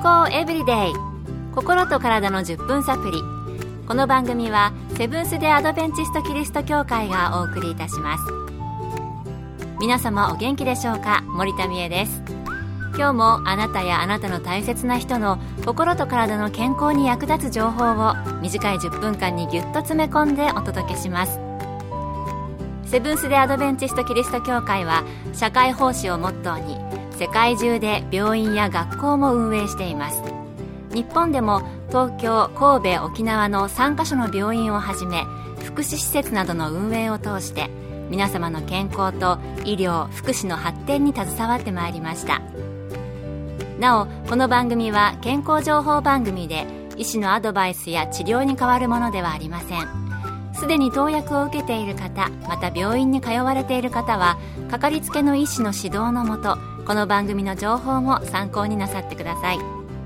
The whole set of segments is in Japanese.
康エブリデイ、心と体の10分サプリ。この番組はセブンス・デ・アドベンチスト・キリスト教会がお送りいたします。皆様お元気でしょうか。森田美恵です。今日もあなたやあなたの大切な人の心と体の健康に役立つ情報を短い10分間にぎゅっと詰め込んでお届けします。セブンス・デ・アドベンチスト・キリスト教会は社会奉仕をモットーに世界中で病院や学校も運営しています。日本でも東京、神戸、沖縄の3カ所の病院をはじめ福祉施設などの運営を通して皆様の健康と医療・福祉の発展に携わってまいりました。なお、この番組は健康情報番組で医師のアドバイスや治療に代わるものではありません。すでに投薬を受けている方、また病院に通われている方はかかりつけの医師の指導のもと、この番組の情報も参考になさってください。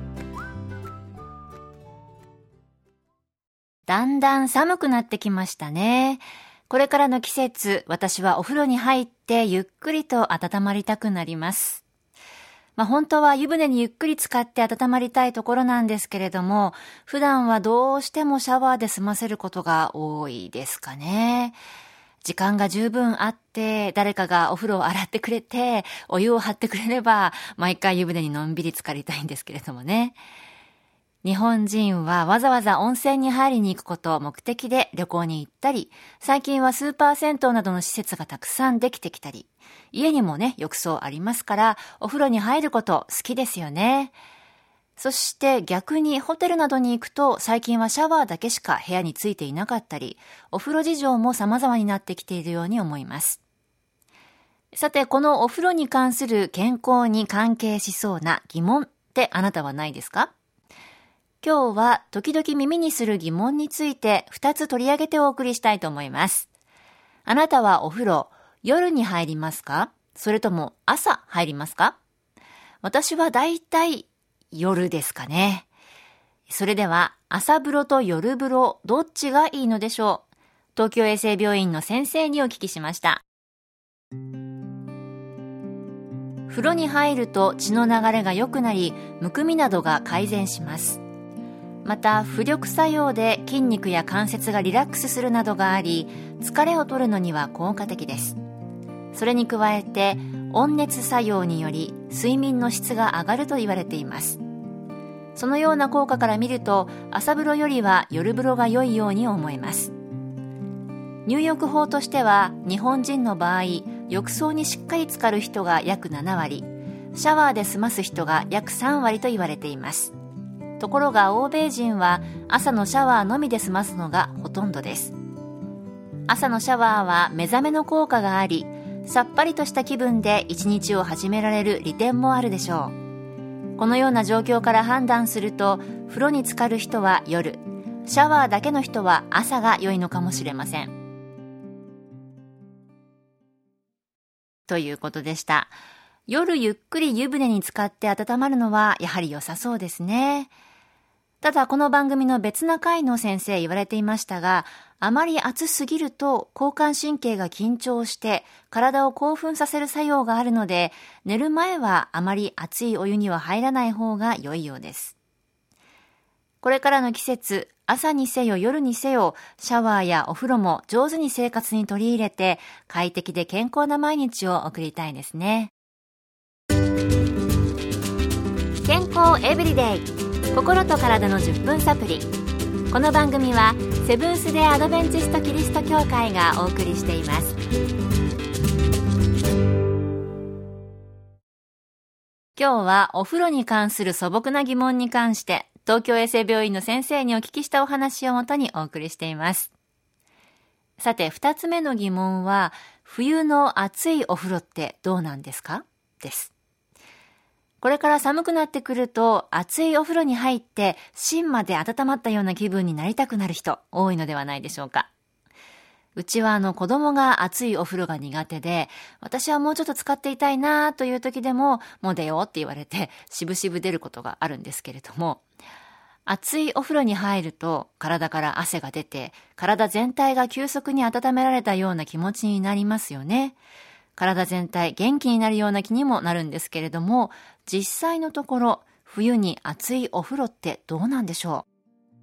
だんだん寒くなってきましたね。これからの季節、私はお風呂に入ってゆっくりと温まりたくなります。本当は湯船にゆっくり浸かって温まりたいところなんですけれども、普段はどうしてもシャワーで済ませることが多いですかね。時間が十分あって、誰かがお風呂を洗ってくれて、お湯を張ってくれれば、毎回湯船にのんびり浸かりたいんですけれどもね。日本人はわざわざ温泉に入りに行くことを目的で旅行に行ったり、最近はスーパー銭湯などの施設がたくさんできてきたり、家にもね、浴槽ありますから、お風呂に入ること好きですよね。そして逆にホテルなどに行くと、最近はシャワーだけしか部屋についていなかったり、お風呂事情も様々になってきているように思います。さて、このお風呂に関する健康に関係しそうな疑問ってあなたはないですか？今日は時々耳にする疑問について2つ取り上げてお送りしたいと思います。あなたはお風呂、夜に入りますか？それとも朝入りますか？私はだいたい夜ですかね。それでは朝風呂と夜風呂、どっちがいいのでしょう？東京衛生病院の先生にお聞きしました。風呂に入ると血の流れが良くなり、むくみなどが改善します。また浮力作用で筋肉や関節がリラックスするなどがあり、疲れを取るのには効果的です。それに加えて温熱作用により睡眠の質が上がると言われています。そのような効果から見ると、朝風呂よりは夜風呂が良いように思えます。入浴法としては、日本人の場合、浴槽にしっかり浸かる人が約7割、シャワーで済ます人が約3割と言われています。ところが欧米人は朝のシャワーのみで済ますのがほとんどです。朝のシャワーは目覚めの効果があり、さっぱりとした気分で一日を始められる利点もあるでしょう。このような状況から判断すると、風呂に浸かる人は夜、シャワーだけの人は朝が良いのかもしれません。ということでした。夜ゆっくり湯船に浸かって温まるのはやはり良さそうですね。ただこの番組の別な回の先生言われていましたが、あまり暑すぎると交感神経が緊張して体を興奮させる作用があるので、寝る前はあまり熱いお湯には入らない方が良いようです。これからの季節、朝にせよ夜にせよ、シャワーやお風呂も上手に生活に取り入れて、快適で健康な毎日を送りたいですね。健康エブリデイ、心と体の10分サプリ。この番組はセブンス・デ・アドベンチスト・キリスト教会がお送りしています。今日はお風呂に関する素朴な疑問に関して、東京衛生病院の先生にお聞きしたお話をもとにお送りしています。さて、2つ目の疑問は、冬の暑いお風呂ってどうなんですか？です。これから寒くなってくると、熱いお風呂に入って芯まで温まったような気分になりたくなる人多いのではないでしょうか。うちは子供が熱いお風呂が苦手で、私はもうちょっと使っていたいなという時でも、もう出ようって言われてしぶしぶ出ることがあるんですけれども、熱いお風呂に入ると体から汗が出て、体全体が急速に温められたような気持ちになりますよね。体全体元気になるような気にもなるんですけれども、実際のところ冬に熱いお風呂ってどうなんでしょう。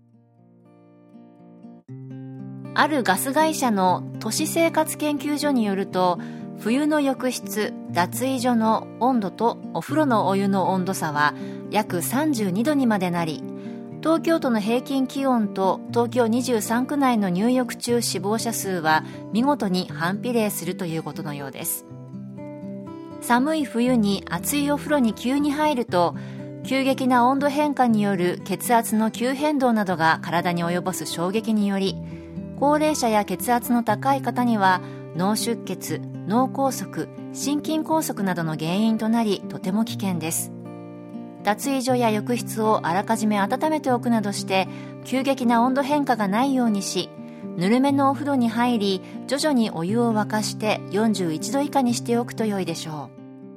あるガス会社の都市生活研究所によると、冬の浴室、脱衣所の温度とお風呂のお湯の温度差は約32度にまでなり、東京都の平均気温と東京23区内の入浴中死亡者数は見事に反比例するということのようです。寒い冬に熱いお風呂に急に入ると、急激な温度変化による血圧の急変動などが体に及ぼす衝撃により、高齢者や血圧の高い方には脳出血、脳梗塞、心筋梗塞などの原因となり、とても危険です。脱衣所や浴室をあらかじめ温めておくなどして急激な温度変化がないようにし、ぬるめのお風呂に入り、徐々にお湯を沸かして41度以下にしておくと良いでしょ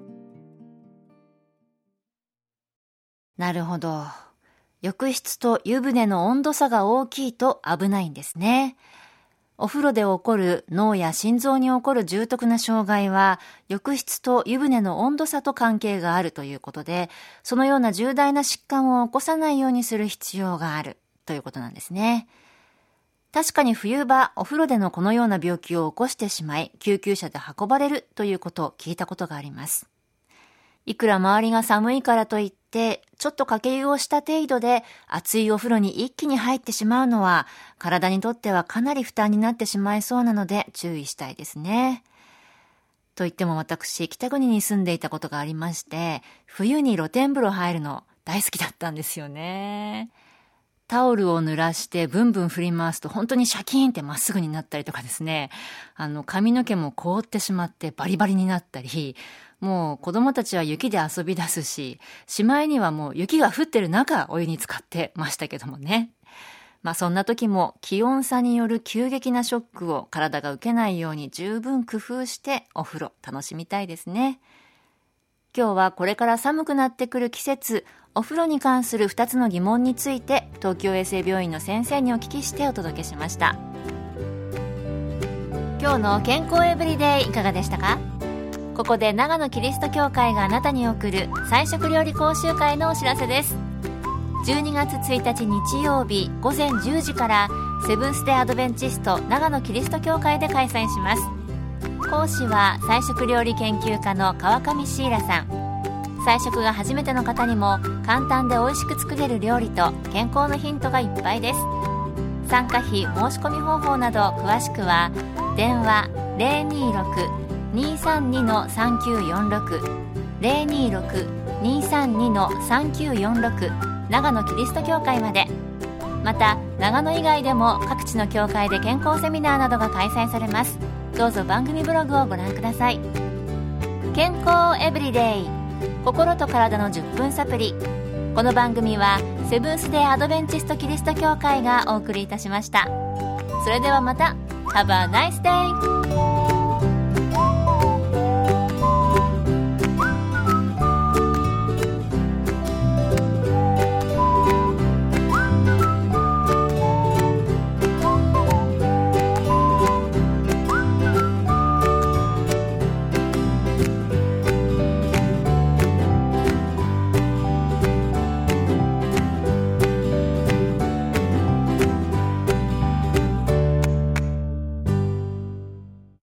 う。なるほど。浴室と湯船の温度差が大きいと危ないんですね。お風呂で起こる脳や心臓に起こる重篤な障害は、浴室と湯船の温度差と関係があるということで、そのような重大な疾患を起こさないようにする必要があるということなんですね。確かに冬場、お風呂でのこのような病気を起こしてしまい、救急車で運ばれるということを聞いたことがあります。いくら周りが寒いからといって、ちょっとかけ湯をした程度で熱いお風呂に一気に入ってしまうのは、体にとってはかなり負担になってしまいそうなので注意したいですね。と言っても私、北国に住んでいたことがありまして、冬に露天風呂入るの大好きだったんですよね。タオルを濡らしてブンブン振り回すと本当にシャキーンってまっすぐになったりとかですね、髪の毛も凍ってしまってバリバリになったり、もう子供たちは雪で遊び出すし、しまいにはもう雪が降ってる中お湯に浸かってましたけどもね。そんな時も気温差による急激なショックを体が受けないように十分工夫してお風呂楽しみたいですね。今日はこれから寒くなってくる季節、お風呂に関する2つの疑問について東京衛生病院の先生にお聞きしてお届けしました。今日の健康エブリデイいかがでしたか？ここで長野キリスト教会があなたに送る菜食料理講習会のお知らせです。12月1日日曜日午前10時からセブンスデーアドベンチスト長野キリスト教会で開催します。講師は菜食料理研究家の川上シーラさん。菜食が初めての方にも簡単で美味しく作れる料理と健康のヒントがいっぱいです。参加費申し込み方法など詳しくは電話 026-232-3946 026-232-3946 長野キリスト教会まで。また長野以外でも各地の教会で健康セミナーなどが開催されます。どうぞ番組ブログをご覧ください。健康エブリデイ、心と体の10分サプリ。この番組はセブンスデーアドベンチストキリスト教会がお送りいたしました。それではまた。Have a nice day!